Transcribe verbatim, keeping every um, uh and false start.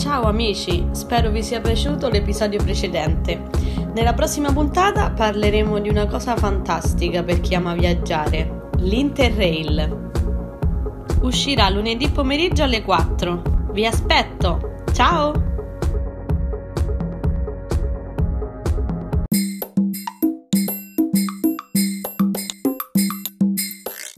Ciao amici, spero vi sia piaciuto l'episodio precedente. Nella prossima puntata parleremo di una cosa fantastica per chi ama viaggiare, l'Interrail. Uscirà lunedì pomeriggio alle quattro. Vi aspetto! Ciao!